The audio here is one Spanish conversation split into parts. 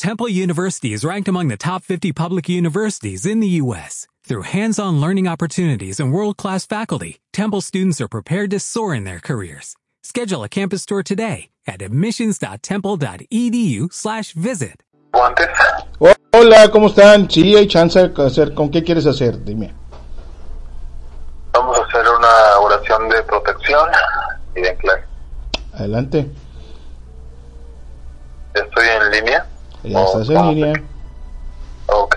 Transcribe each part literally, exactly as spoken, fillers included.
Temple University is ranked among the top fifty public universities in the U S Through hands-on learning opportunities and world-class faculty, Temple students are prepared to soar in their careers. Schedule a campus tour today at admissions.temple.edu slash visit. Hola, ¿cómo están? Sí, hay chance de hacer. ¿Con qué quieres hacer? Dime. Vamos a hacer una oración de protección y de anclaje. Adelante. ¿Estoy en línea? Ya estás en línea. Ok.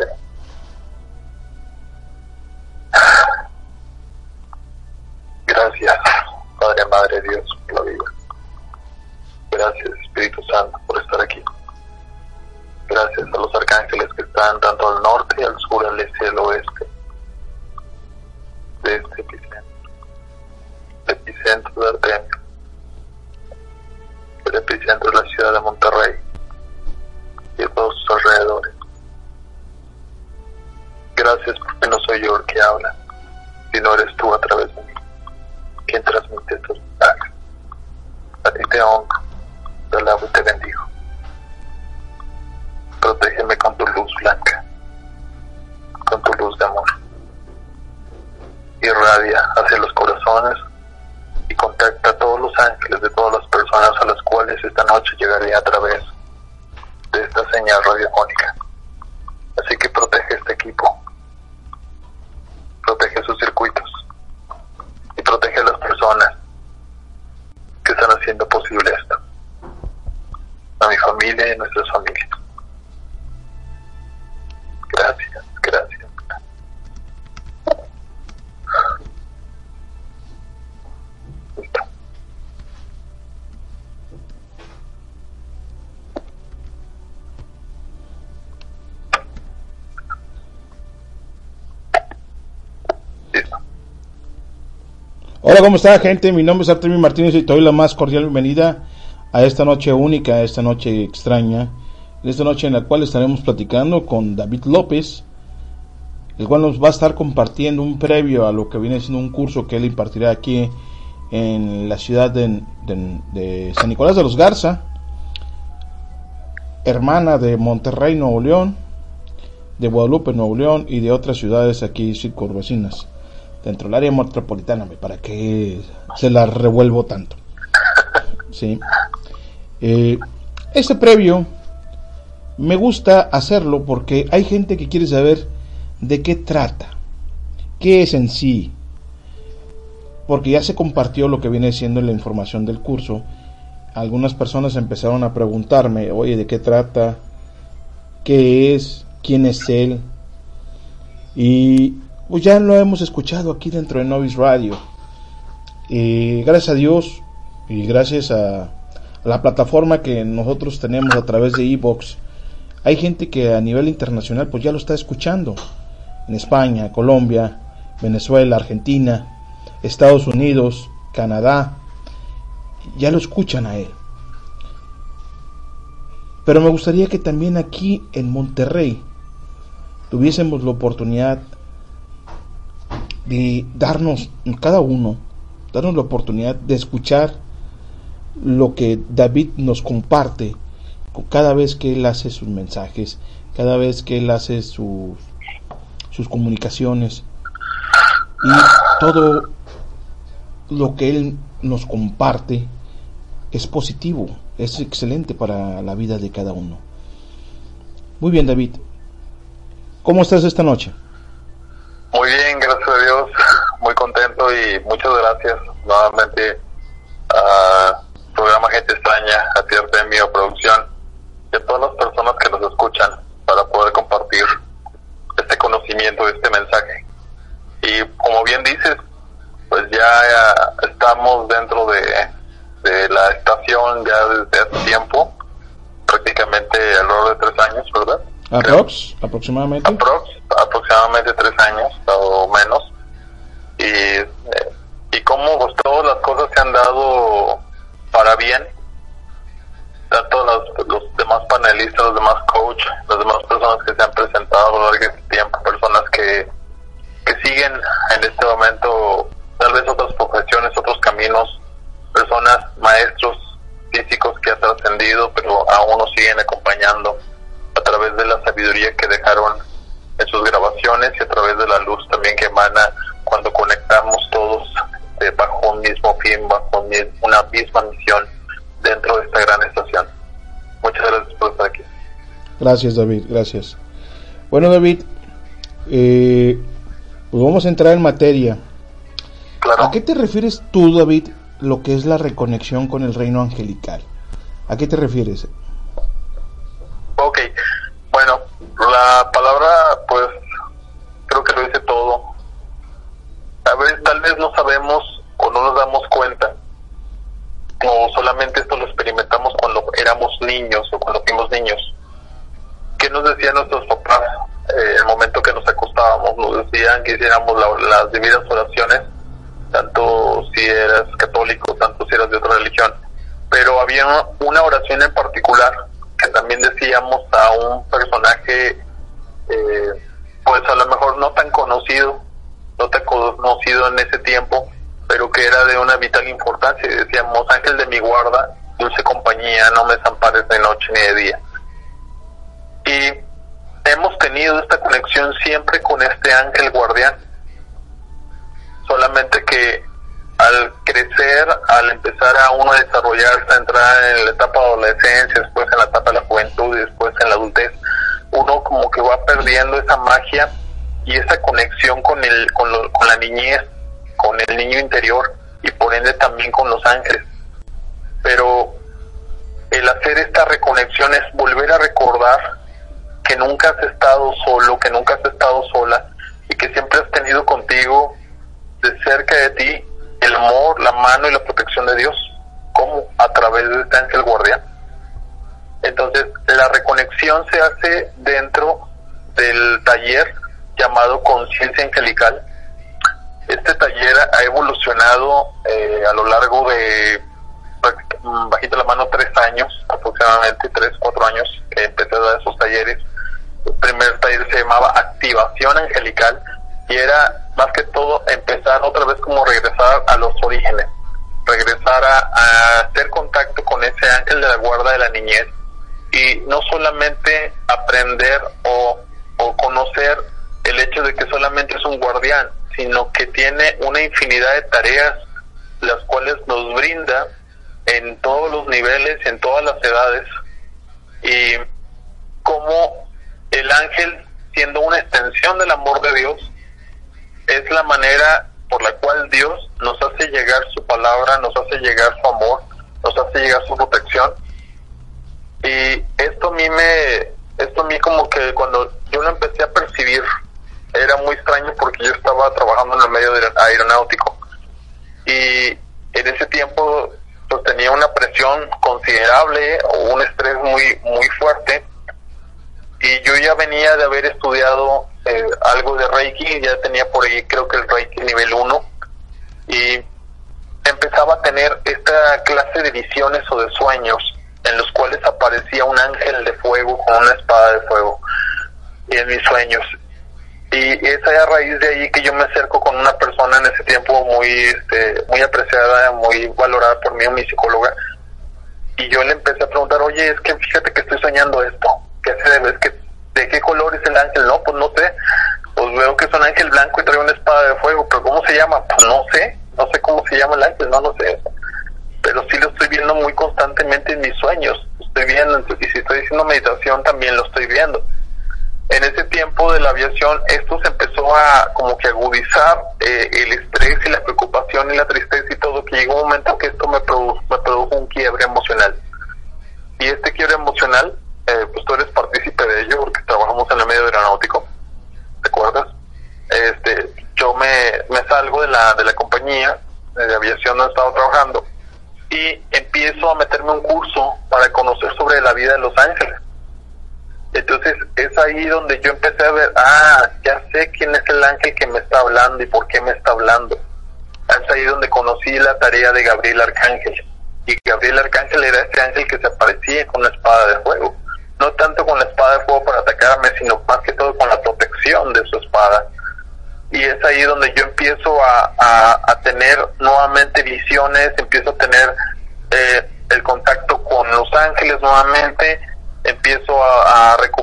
Gracias, Padre, Madre, Dios, por la vida. Gracias, Espíritu Santo, por estar aquí. Gracias a los arcángeles que están tanto al norte, al sur, al este y al oeste de este epicentro. El epicentro de Artemio. El epicentro de la ciudad de Monterrey y de todos sus alrededores. Gracias porque no soy yo el que habla, sino eres tú a través de mí, quien transmite estos mensajes. A ti te honro, te alabo y te bendigo. Protégeme con tu luz blanca, con tu luz de amor. Irradia hacia los corazones y contacta a todos los ángeles de todas las personas a las cuales esta noche llegaré a través de esta señal radiofónica. Así que protege este equipo, protege sus circuitos y protege a las personas que están haciendo posible esto, a mi familia y a nuestras familias. Gracias, gracias. Listo. Listo. Hola, ¿cómo está, gente? Mi nombre es Artemio Martínez y te doy la más cordial bienvenida a esta noche única, a esta noche extraña, esta noche en la cual estaremos platicando con David López, el cual nos va a estar compartiendo un previo a lo que viene siendo un curso que él impartirá aquí en la ciudad de, de, de San Nicolás de los Garza, hermana de Monterrey, Nuevo León, de Guadalupe, Nuevo León y de otras ciudades aquí circunvecinas dentro del área metropolitana. ¿Para qué se la revuelvo tanto? Sí. Eh, este previo me gusta hacerlo porque hay gente que quiere saber de qué trata, qué es en sí, porque ya se compartió lo que viene siendo la información del curso. Algunas personas empezaron a preguntarme, oye, ¿de qué trata? ¿Qué es? ¿Quién es él? Y pues ya lo hemos escuchado aquí dentro de Novis Radio. Y gracias a Dios y gracias a, a la plataforma que nosotros tenemos a través de iVoox, hay gente que a nivel internacional pues ya lo está escuchando. En España, Colombia, Venezuela, Argentina, Estados Unidos, Canadá, ya lo escuchan a él. Pero me gustaría que también aquí en Monterrey tuviésemos la oportunidad de darnos, cada uno, darnos la oportunidad de escuchar lo que David nos comparte cada vez que él hace sus mensajes, cada vez que él hace sus, sus comunicaciones, y todo lo que él nos comparte es positivo, es excelente para la vida de cada uno. Muy bien, David, ¿cómo estás esta noche? Muy bien, gracias a Dios, muy contento y muchas gracias nuevamente a programa Gente Extraña, a ti Artemio Producción y a todas las personas que nos escuchan para poder compartir este conocimiento, este mensaje. Y como bien dices, pues ya estamos dentro de, de la estación ya desde hace tiempo, prácticamente alrededor de tres años, ¿verdad? Aprox, aproximadamente. Aprox, aproximadamente tres años o menos. Y, eh, y cómo pues, todas las cosas se han dado para bien. Tanto los, los demás panelistas, los demás coach, las demás personas que se han presentado a lo largo de este tiempo, personas que, que siguen en este momento tal vez otras profesiones, otros caminos, personas, maestros físicos que han trascendido, pero aún nos siguen acompañando a sabiduría que dejaron en sus grabaciones y a través de la luz también que emana cuando conectamos todos eh, bajo un mismo fin, bajo una misma misión dentro de esta gran estación. Muchas gracias por estar aquí. Gracias, David, gracias. Bueno, David, eh, pues vamos a entrar en materia. Claro. ¿A qué te refieres tú, David, lo que es la reconexión con el reino angelical? ¿A qué te refieres? Ok, bueno, la palabra, pues, creo que lo dice todo. A ver, tal vez no sabemos o no nos damos cuenta, o solamente esto lo experimentamos cuando éramos niños o cuando fuimos niños. ¿Qué nos decían nuestros papás eh, el momento que nos acostábamos? Nos decían que hiciéramos la, las debidas oraciones, tanto si eras católico, tanto si eras de otra religión. Pero había una oración en particular que también decíamos a un personaje, eh, pues a lo mejor no tan conocido, no tan conocido en ese tiempo, pero que era de una vital importancia. Y decíamos: ángel de mi guarda, dulce compañía, no me desampares de noche ni de día. Y hemos tenido esta conexión siempre con este ángel guardián, solamente que al crecer, al empezar a uno a desarrollarse, a entrar en la etapa de adolescencia, después en la etapa de la juventud y después en la adultez, uno como que va perdiendo esa magia y esa conexión con el con, lo, con la niñez, con el niño interior y por ende también con los ángeles. Pero el hacer esta reconexión es volver a recordar que nunca has estado solo, que nunca has estado sola y que siempre has tenido contigo, de cerca de ti, el amor, la mano y la protección de Dios. ¿Cómo? A través de este ángel guardián. Entonces, la reconexión se hace dentro del taller llamado Conciencia Angelical. Este taller ha evolucionado eh, a lo largo de, bajita la mano, tres años, aproximadamente tres, cuatro años que empecé a dar esos talleres. El primer taller se llamaba Activación Angelical y era más que todo empezar otra vez como regresar a los orígenes, regresar a, a hacer contacto con ese ángel de la guarda de la niñez y no solamente aprender o, o conocer el hecho de que solamente es un guardián, sino que tiene una infinidad de tareas las cuales nos brinda en todos los niveles, en todas las edades, y como el ángel, siendo una extensión del amor de Dios, es la manera por la cual Dios nos hace llegar su palabra, nos hace llegar su amor, nos hace llegar su protección. Y esto a mí me, esto a mí como que cuando yo lo empecé a percibir, era muy extraño porque yo estaba trabajando en el medio aeronáutico y en ese tiempo pues tenía una presión considerable o un estrés muy muy fuerte, y yo ya venía de haber estudiado eh, algo de Reiki, ya tenía por ahí creo que el Reiki nivel uno, y empezaba a tener esta clase de visiones o de sueños en los cuales aparecía un ángel de fuego con una espada de fuego y en mis sueños. Y es a raíz de ahí que yo me acerco con una persona en ese tiempo muy este, muy apreciada, muy valorada por mí, mi psicóloga, y yo le empecé a preguntar: oye, es que fíjate que estoy soñando esto, ¿qué se debe? Es que, ¿de qué color es el ángel? No, pues no sé, pues veo que es un ángel blanco y trae una espada de fuego, pero ¿cómo se llama? Pues no sé, no sé cómo se llama el ángel, no, no sé eso, pero sí lo estoy viendo muy constantemente en mis sueños, estoy viendo, y si estoy haciendo meditación también lo estoy viendo. En ese tiempo de la aviación esto se empezó a como que agudizar eh, el estrés y la preocupación y la tristeza y todo, que llegó un momento que esto me produjo, me produjo un quiebre emocional. Y este quiebre emocional, eh, pues tú eres partícipe de ello porque trabajamos en el medio aeronáutico, ¿te acuerdas? Este, yo me, me salgo de la de la compañía de aviación donde estaba trabajando y empiezo a meterme un curso para conocer sobre la vida de los ángeles. Entonces es ahí donde yo empecé a ver, ah, ya sé quién es el ángel que me está hablando y por qué me está hablando. Es ahí donde conocí la tarea de Gabriel Arcángel. Y Gabriel Arcángel era este ángel que se aparecía con una espada de fuego. No tanto con la espada de fuego para atacarme, sino más que todo con la protección de su espada. Y es ahí donde yo empiezo a, a, a tener nuevamente visiones, empiezo a tener eh, el contacto con los ángeles nuevamente, empiezo a, a recuperar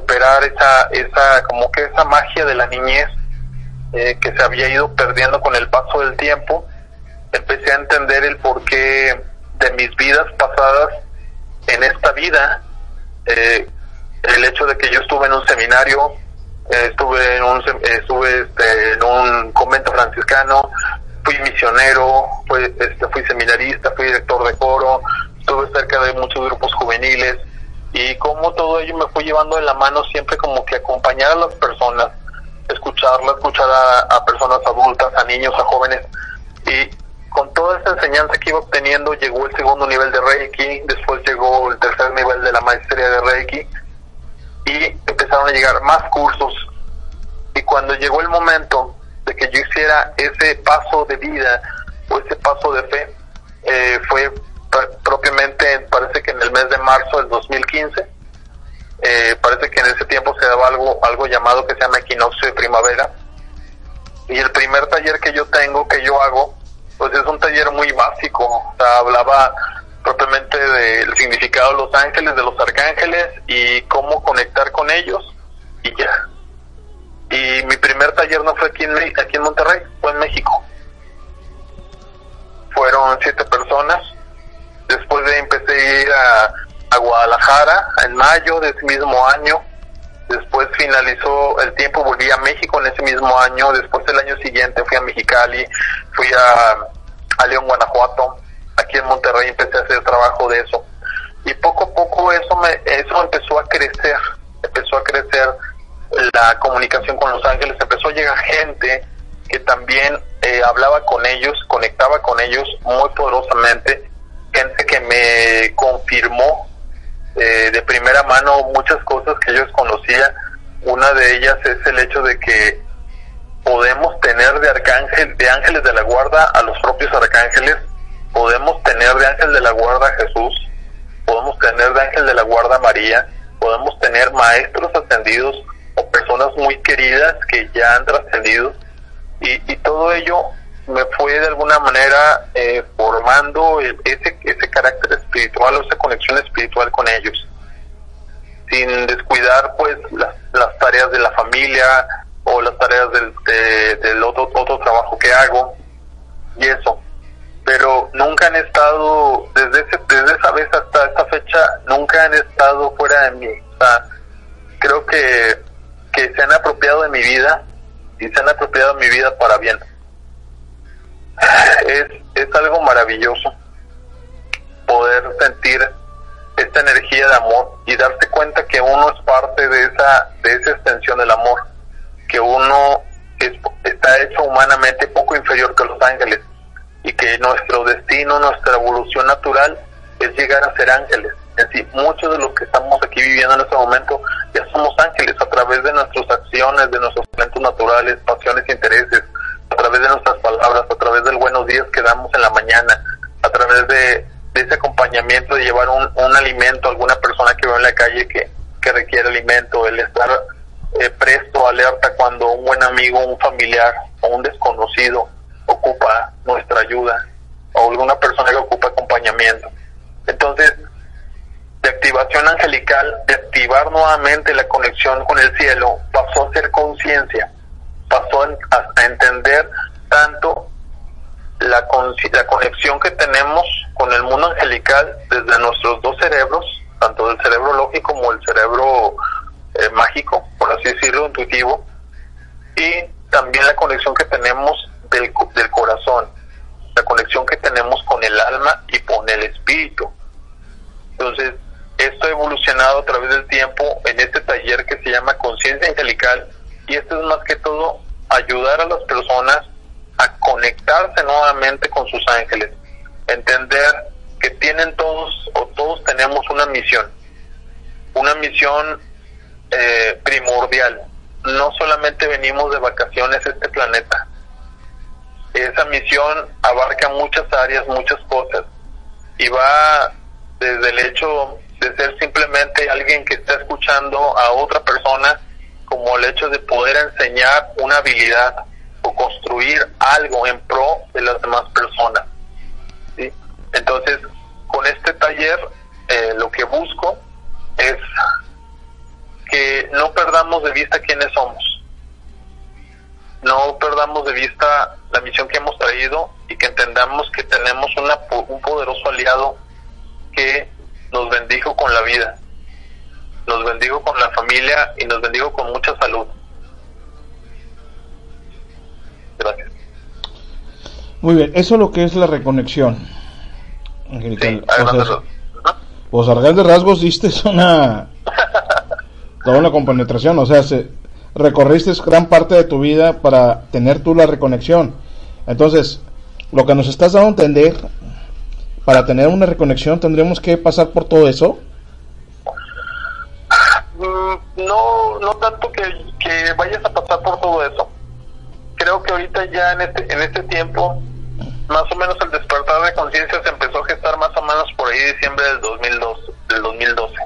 esa, esa, como que esa magia de la niñez eh, que se había ido perdiendo con el paso del tiempo. Empecé a entender el porqué de mis vidas pasadas en esta vida, eh, el hecho de que yo estuve en un seminario, eh, estuve en un estuve este, en un convento franciscano, fui misionero, fui, este, fui seminarista, fui director de coro, estuve cerca de muchos grupos juveniles, y cómo todo ello me fue llevando de la mano siempre como que acompañar a las personas, escucharlas, escuchar a, a personas adultas, a niños, a jóvenes, y con toda esa enseñanza que iba obteniendo llegó el segundo nivel de Reiki, después llegó el tercer nivel de la maestría de Reiki, y empezaron a llegar más cursos. Y cuando llegó el momento de que yo hiciera ese paso de vida o ese paso de fe, eh, fue pr- propiamente, parece que en el mes de marzo del dos mil quince, eh, parece que en ese tiempo se daba algo, algo llamado que se llama equinoccio de primavera, y el primer taller que yo tengo, que yo hago, pues es un taller muy básico. O sea, hablaba propiamente del significado de los ángeles, de los arcángeles y cómo conectar con ellos, y ya. Y mi primer taller no fue aquí en, aquí en Monterrey, fue en México. Fueron siete personas. Después de ahí empecé a ir a, a Guadalajara en mayo de ese mismo año. Después finalizó el tiempo, volví a México en ese mismo año. Después el año siguiente fui a Mexicali, fui a, a León, Guanajuato. Aquí en Monterrey empecé a hacer trabajo de eso. Y poco a poco eso me eso empezó a crecer, empezó a crecer la comunicación con los ángeles. Empezó a llegar gente que también eh, hablaba con ellos, conectaba con ellos muy poderosamente. Gente que me confirmó Eh, de primera mano muchas cosas que yo desconocía. Una de ellas es el hecho de que podemos tener de arcángel, de ángeles de la guarda a los propios arcángeles, podemos tener de ángel de la guarda a Jesús, podemos tener de ángel de la guarda a María, podemos tener maestros ascendidos o personas muy queridas que ya han trascendido, y, y todo ello me fue de alguna manera eh, formando ese ese carácter espiritual o esa conexión espiritual con ellos, sin descuidar pues las, las tareas de la familia o las tareas del, de, del otro, otro trabajo que hago y eso. Pero nunca han estado, desde ese, desde esa vez hasta esta fecha, nunca han estado fuera de mí. O sea, creo que, que se han apropiado de mi vida y se han apropiado de mi vida para bien. Es, es algo maravilloso poder sentir esta energía de amor y darse cuenta que uno es parte de esa de esa extensión del amor, que uno es, está hecho humanamente poco inferior que los ángeles, y que nuestro destino, nuestra evolución natural es llegar a ser ángeles. En sí, muchos de los que estamos aquí viviendo en este momento ya somos ángeles a través de nuestras acciones, de nuestros talentos naturales, pasiones e intereses, a través de nuestras palabras, a través del buenos días que damos en la mañana, a través de, de ese acompañamiento de llevar un, un alimento a alguna persona que veo en la calle que, que requiere alimento, el estar eh, presto, alerta cuando un buen amigo, un familiar o un desconocido ocupa nuestra ayuda, o alguna persona que ocupa acompañamiento. Entonces, de activación angelical, de activar nuevamente la conexión con el cielo, pasó a ser conciencia, pasó a, a entender tanto la, con, la conexión que tenemos con el mundo angelical desde nuestros dos cerebros, tanto del cerebro lógico como el cerebro eh, mágico, por así decirlo, intuitivo, y también la conexión que tenemos del, del corazón, la conexión que tenemos con el alma y con el espíritu. Entonces, esto ha evolucionado a través del tiempo en este taller que se llama Conciencia Angelical, y esto es más que todo ayudar a las personas a conectarse nuevamente con sus ángeles, entender que tienen todos o todos tenemos una misión, una misión eh, primordial. No solamente venimos de vacaciones a este planeta, esa misión abarca muchas áreas, muchas cosas, y va desde el hecho de ser simplemente alguien que está escuchando a otra persona, como el hecho de poder enseñar una habilidad o construir algo en pro de las demás personas, ¿sí? Entonces, con este taller eh, lo que busco es que no perdamos de vista quiénes somos, no perdamos de vista la misión que hemos traído y que entendamos que tenemos una, un poderoso aliado que nos bendijo con la vida, nos bendijo con la familia y nos bendijo con mucha salud. Gracias. Muy bien, eso es lo que es la reconexión. Sí, a grandes rasgos. Pues a grandes rasgos diste una toda una compenetración, o sea, se, recorriste gran parte de tu vida para tener tú la reconexión. Entonces, lo que nos estás dando a entender, para tener una reconexión tendremos que pasar por todo eso. No, no tanto que, que vayas a pasar por todo eso. Creo que ahorita ya en este en este tiempo, más o menos el despertar de conciencia se empezó a gestar más o menos por ahí diciembre del dos mil doce, del dos mil doce.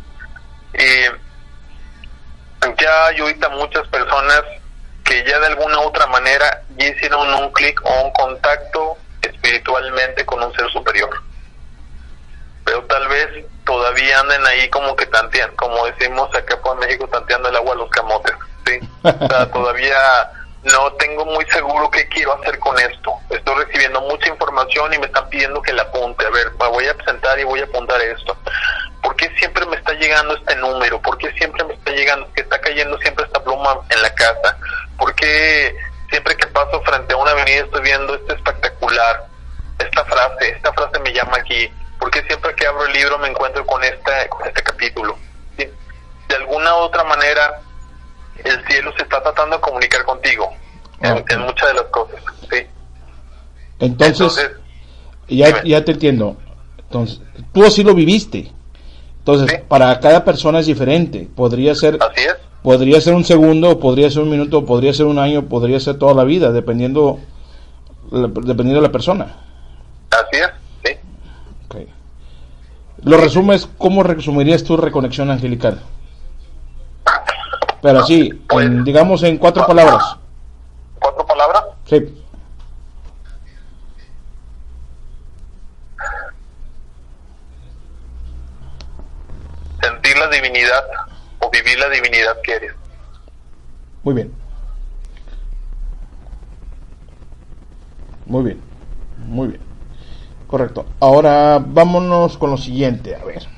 Y ya hay ahorita muchas personas que ya de alguna u otra manera ya hicieron un clic o un contacto espiritualmente con un ser superior. Pero tal vez todavía anden ahí como que tantean, como decimos acá por México, tanteando el agua a los camotes, ¿sí? O sea, todavía no tengo muy seguro qué quiero hacer con esto. Estoy recibiendo mucha información y me están pidiendo que la apunte. A ver, me voy a presentar y voy a apuntar esto. ¿Por qué siempre me está llegando este número? ¿Por qué siempre me está llegando, que está cayendo siempre esta pluma en la casa? ¿Por qué siempre que paso frente a una avenida estoy viendo este espectacular, esta frase, esta frase me llama aquí? ¿Por qué siempre que abro el libro me encuentro con este, con este capítulo? ¿Sí? De alguna u otra manera, el cielo se está tratando de comunicar contigo en, okay. en muchas de las cosas, ¿sí? Entonces, Entonces ya, ya te entiendo. Entonces, tú así lo viviste. Entonces, ¿sí? Para cada persona es diferente. Podría ser, así es. Podría ser un segundo, podría ser un minuto, podría ser un año, podría ser toda la vida, dependiendo, dependiendo de la persona. Así es, sí. Okay. Lo resumes, ¿cómo resumirías tu reconexión angelical? Pero así, pues, en, digamos en cuatro ¿cuatro, palabras. ¿Cuatro palabras? Sí. Sentir la divinidad o vivir la divinidad que eres. Muy bien. Muy bien. Muy bien. Correcto. Ahora vámonos con lo siguiente. A ver.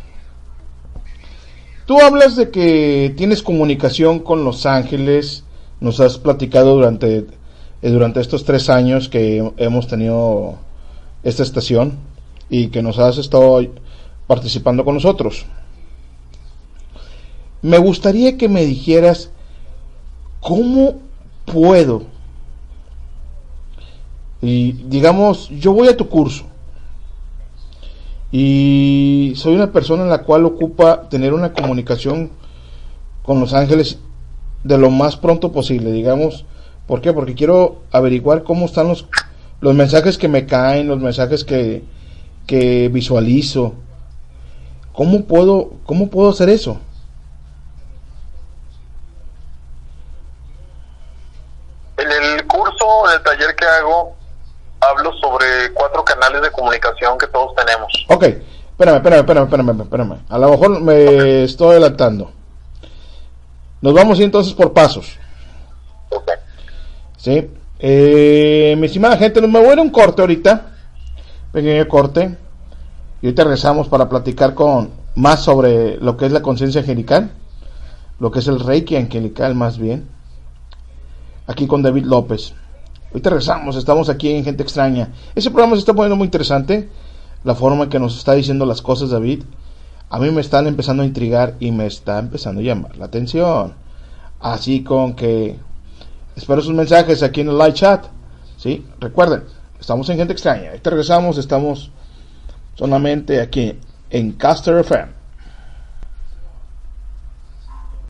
Tú hablas de que tienes comunicación con los ángeles. Nos has platicado durante, eh, durante estos tres años que hemos tenido esta estación y que nos has estado participando con nosotros. Me gustaría que me dijeras cómo puedo, y digamos, yo voy a tu curso y soy una persona en la cual ocupa tener una comunicación con los ángeles de lo más pronto posible, digamos. ¿Por qué? Porque quiero averiguar cómo están los, los mensajes que me caen, los mensajes que, que visualizo. ¿Cómo puedo, cómo puedo hacer eso? En el curso, en el taller que hago, hablo sobre cuatro canales de comunicación que todos tenemos. Ok, espérame, espérame, espérame, espérame, espérame. A lo mejor me okay. estoy adelantando. Nos vamos a ir entonces por pasos. Ok. Sí. Eh, mi estimada gente, nos me voy a ir a un corte ahorita. Pequeño corte. Y ahorita regresamos para platicar con más sobre lo que es la conciencia angelical. Lo que es el Reiki angelical más bien. Aquí con David López. Ahorita regresamos, estamos aquí en Gente Extraña. Ese programa se está poniendo muy interesante. La forma en que nos está diciendo las cosas David, a mí me están empezando a intrigar y me está empezando a llamar la atención. Así con que espero sus mensajes aquí en el live chat. ¿Sí? Recuerden, estamos en Gente Extraña. Ahorita regresamos, estamos solamente aquí en Caster F M.